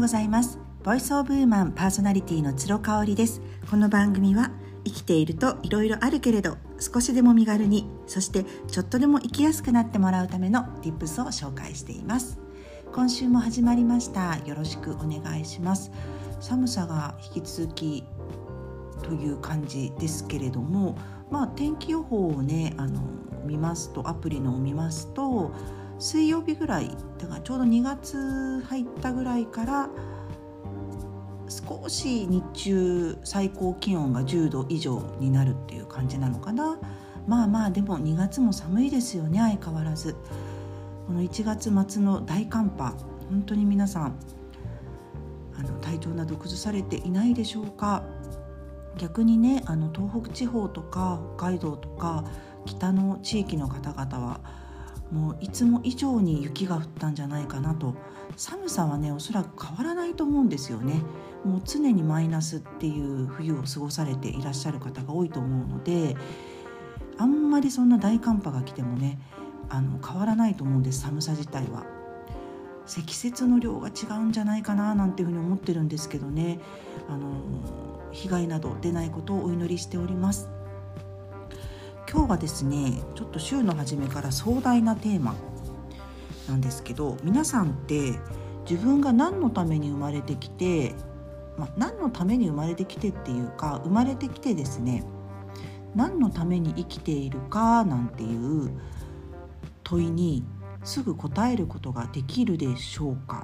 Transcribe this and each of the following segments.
うございます。ボイスオブウーマンパーソナリティのつろかおりです。この番組は生きているといろいろあるけれど、少しでも身軽に、そしてちょっとでも生きやすくなってもらうための Tips を紹介しています。今週も始まりました。よろしくお願いします。寒さが引き続きという感じですけれども、天気予報をね見ますと、アプリのを見ますと、水曜日ぐらいだからちょうど2月入ったぐらいから少し日中最高気温が10度以上になるっていう感じなのかな。でも2月も寒いですよね、相変わらず。この1月末の大寒波、本当に皆さん体調など崩されていないでしょうか。逆にね、東北地方とか北海道とか北の地域の方々はもういつも以上に雪が降ったんじゃないかなと。寒さはね、おそらく変わらないと思うんですよね。もう常にマイナスっていう冬を過ごされていらっしゃる方が多いと思うので、あんまりそんな大寒波が来てもね変わらないと思うんです。寒さ自体は積雪の量が違うんじゃないかななんていうふうに思ってるんですけどね。被害など出ないことをお祈りしております。今日はですね、ちょっと週の初めから壮大なテーマなんですけど、皆さんって自分が何のために生まれてきて、何のために生まれてきてっていうか、生まれてきてですね、何のために生きているかなんていう問いにすぐ答えることができるでしょうか。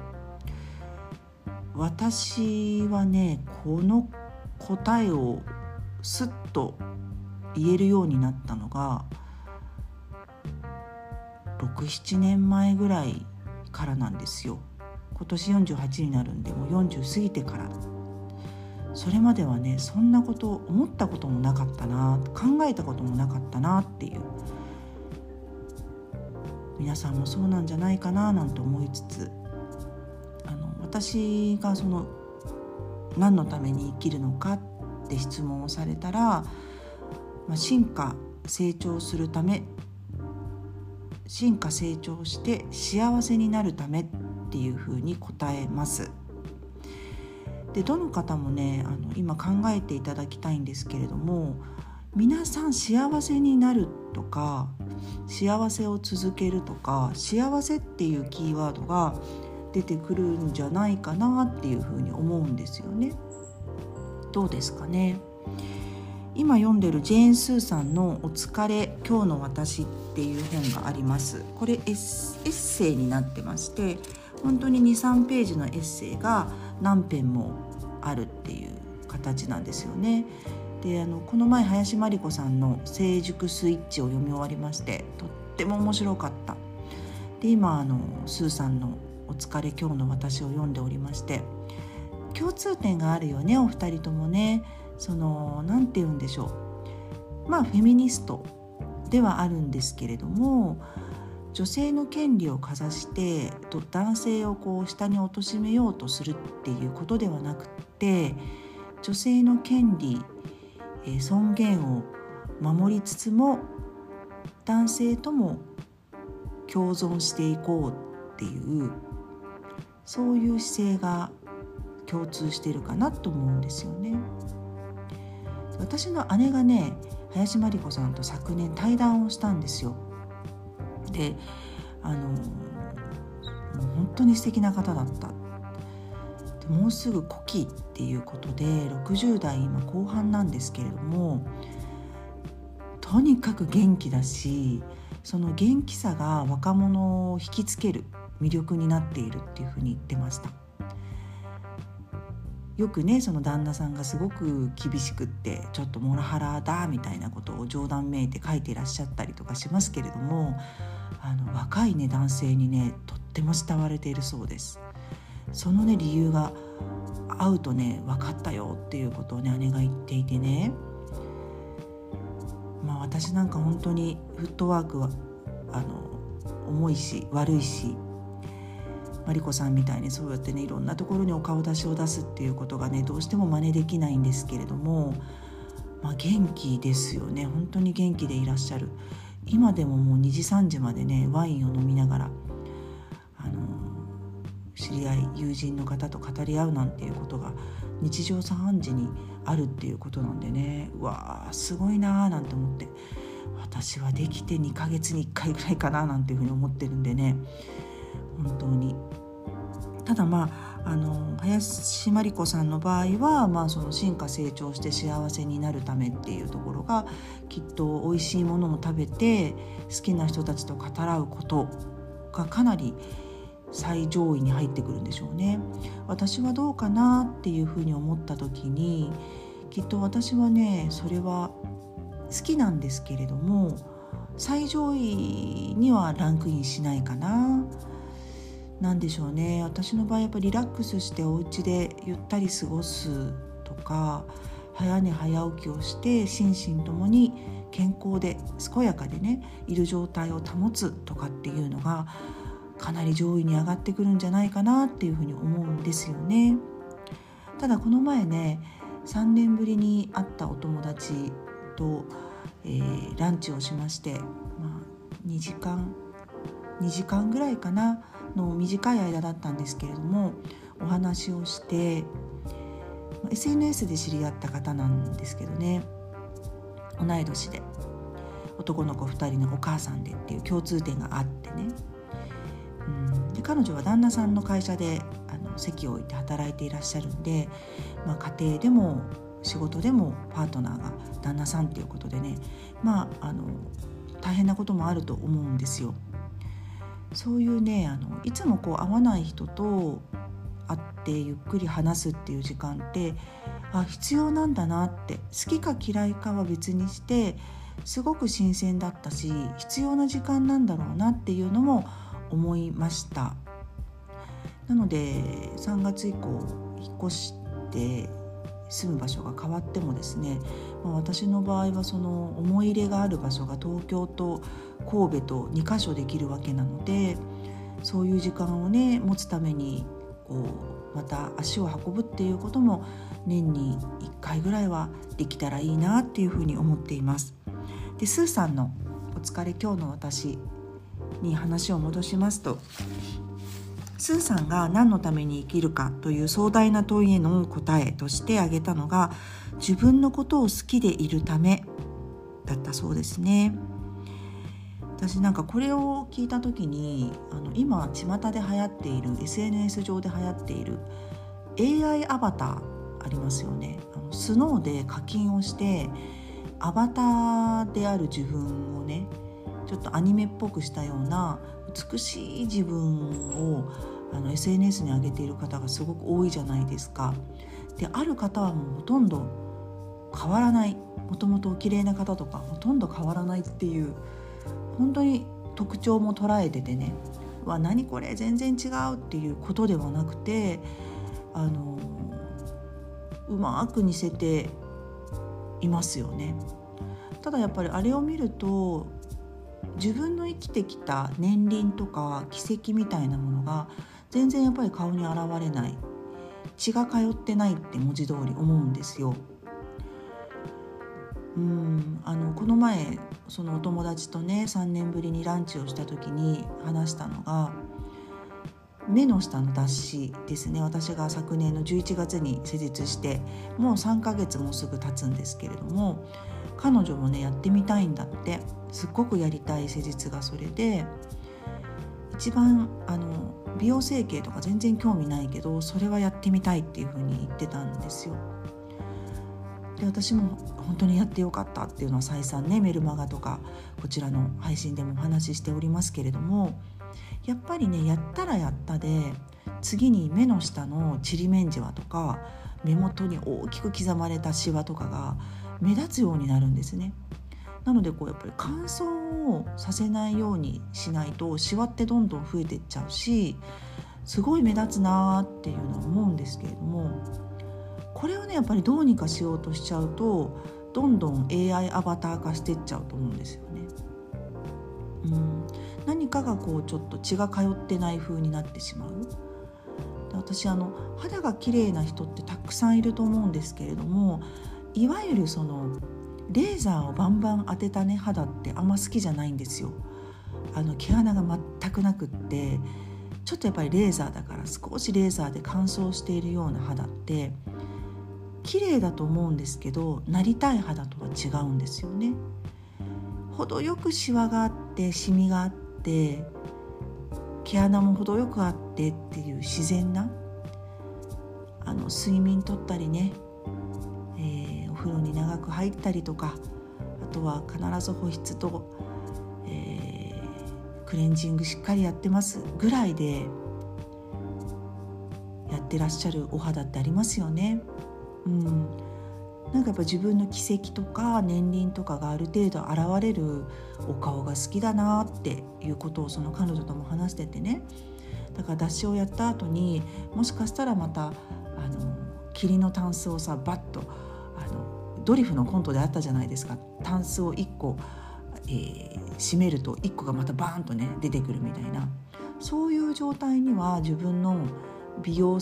私はね、この答えをスッと言えるようになったのが 6,7 年前ぐらいからなんですよ。今年48になるんで、もう40過ぎてから。それまではね、そんなこと思ったこともなかったな、考えたこともなかったなっていう、皆さんもそうなんじゃないかななんて思いつつ、私がその何のために生きるのかって質問をされたら、進化成長するため、進化成長して幸せになるためっていうふうに答えます。で、どの方もね今考えていただきたいんですけれども、皆さん幸せになるとか幸せを続けるとか幸せっていうキーワードが出てくるんじゃないかなっていうふうに思うんですよね。どうですかね。今読んでるジェーン・スーさんのお疲れ今日の私っていう本があります。これエッセイになってまして、本当に 2,3 ページのエッセイが何編もあるっていう形なんですよね。で、この前林真理子さんの成熟スイッチを読み終わりまして、とっても面白かった。で、今スーさんのお疲れ今日の私を読んでおりまして、共通点があるよね、お二人ともね。なんて言うんでしょう、フェミニストではあるんですけれども、女性の権利をかざして男性を下に貶めようとするっていうことではなくて、女性の権利、尊厳を守りつつも男性とも共存していこうっていう、そういう姿勢が共通しているかなと思うんですよね。私の姉がね、林真理子さんと昨年対談をしたんですよ。で、もう本当に素敵な方だった。で、もうすぐ古希っていうことで60代今後半なんですけれども、とにかく元気だし、その元気さが若者を引きつける魅力になっているっていうふうに言ってました。よくね、その旦那さんがすごく厳しくってちょっとモラハラだみたいなことを冗談めいて書いていらっしゃったりとかしますけれども、若いね男性にねとっても慕われているそうです。そのね理由が会うとね分かったよっていうことをね姉が言っていてね、私なんか本当にフットワークは重いし悪いし、マリコさんみたいにそうやってねいろんなところにお顔出しを出すっていうことがねどうしても真似できないんですけれども、元気ですよね。本当に元気でいらっしゃる。今でももう2時3時までねワインを飲みながら知り合い友人の方と語り合うなんていうことが日常茶飯事にあるっていうことなんでね、うわーすごいなーなんて思って、私はできて2ヶ月に1回ぐらいかななんていうふうに思ってるんでね、本当に。ただ林真理子さんの場合は、その進化成長して幸せになるためっていうところが、きっと美味しいものを食べて好きな人たちと語らうことがかなり最上位に入ってくるんでしょうね。私はどうかなっていうふうに思った時に、きっと私はねそれは好きなんですけれども、最上位にはランクインしないかな。なんでしょうね、私の場合やっぱりリラックスしてお家でゆったり過ごすとか、早寝早起きをして心身ともに健康で健やかでねいる状態を保つとかっていうのがかなり上位に上がってくるんじゃないかなっていうふうに思うんですよね。ただこの前ね、3年ぶりに会ったお友達と、ランチをしまして、2時間ぐらいかなの短い間だったんですけれども、お話をして、SNS で知り合った方なんですけどね、同い年で男の子2人のお母さんでっていう共通点があってね、で彼女は旦那さんの会社で籍を置いて働いていらっしゃるんで、家庭でも仕事でもパートナーが旦那さんっていうことでね、大変なこともあると思うんですよ。そういうねいつも会わない人と会ってゆっくり話すっていう時間って必要なんだなって、好きか嫌いかは別にしてすごく新鮮だったし、必要な時間なんだろうなっていうのも思いました。なので3月以降引っ越して住む場所が変わってもですね、私の場合はその思い入れがある場所が東京と神戸と2カ所できるわけなので、そういう時間をね持つためにまた足を運ぶっていうことも年に1回ぐらいはできたらいいなっていうふうに思っています。でスーさんのお疲れ今日の私に話を戻しますと、スーさんが何のために生きるかという壮大な問いへの答えとして挙げたのが、自分のことを好きでいるためだったそうですね。私これを聞いた時に今巷で流行っている SNS 上で流行っている AI アバターありますよね。スノーで課金をしてアバターである自分をねちょっとアニメっぽくしたような美しい自分をSNS に上げている方がすごく多いじゃないですか。である方はもうほとんど変わらない、もともとお綺麗な方とかほとんど変わらないっていう、本当に特徴も捉えててね、何これ全然違うっていうことではなくて、うまく似せていますよね。ただやっぱりあれを見ると自分の生きてきた年輪とか軌跡みたいなものが全然やっぱり顔に現れない、血が通ってないって文字通り思うんですよ。この前そのお友達とね3年ぶりにランチをした時に話したのが、目の下の脱脂ですね。私が昨年の11月に施術してもう3ヶ月もすぐ経つんですけれども、彼女もねやってみたいんだって。すっごくやりたい施術がそれで、一番美容整形とか全然興味ないけどそれはやってみたいっていう風に言ってたんですよ。で私も本当にやってよかったっていうのは再三ねメルマガとかこちらの配信でもお話ししておりますけれども、やっぱりねやったらやったで次に目の下のちりめんじわとか目元に大きく刻まれたシワとかが目立つようになるんですね。なのでやっぱり乾燥をさせないようにしないとシワってどんどん増えていっちゃうし、すごい目立つなっていうのは思うんですけれども、これをねやっぱりどうにかしようとしちゃうとどんどん AI アバター化していっちゃうと思うんですよね。何かがちょっと血が通ってない風になってしまう。で私肌が綺麗な人ってたくさんいると思うんですけれども、いわゆるそのレーザーをバンバン当てたね肌ってあんま好きじゃないんですよ。毛穴が全くなくってちょっとやっぱりレーザーだから少しレーザーで乾燥しているような肌って綺麗だと思うんですけど、なりたい肌とは違うんですよね。程よくシワがあってシミがあって毛穴も程よくあってっていう自然な睡眠とったりね、お風呂に長く入ったりとか、あとは必ず保湿と、クレンジングしっかりやってますぐらいでやってらっしゃるお肌ってありますよね。なんかやっぱ自分の軌跡とか年輪とかがある程度現れるお顔が好きだなっていうことをその彼女とも話しててね。だから脱脂をやった後にもしかしたらまた霧のタンスをさバッとドリフのコントであったじゃないですか。タンスを1個、閉めると1個がまたバーンとね出てくるみたいな、そういう状態には自分の美容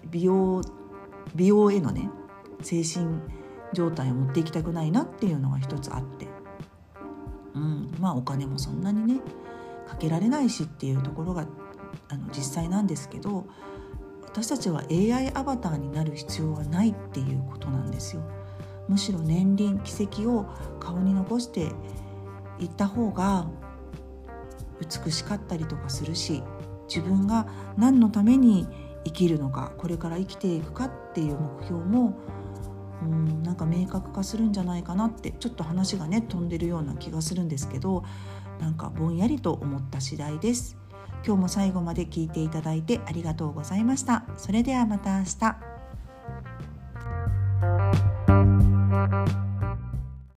へのね精神状態を持っていきたくないなっていうのが一つあって、お金もそんなにねかけられないしっていうところが実際なんですけど、私たちは AI アバターになる必要はないっていうことなんですよ。むしろ年輪軌跡を顔に残していった方が美しかったりとかするし、自分が何のために生きるのか、これから生きていくかっていう目標もなんか明確化するんじゃないかなって、ちょっと話がね飛んでるような気がするんですけど、なんかぼんやりと思った次第です。今日も最後まで聞いていただいてありがとうございました。それではまた明日。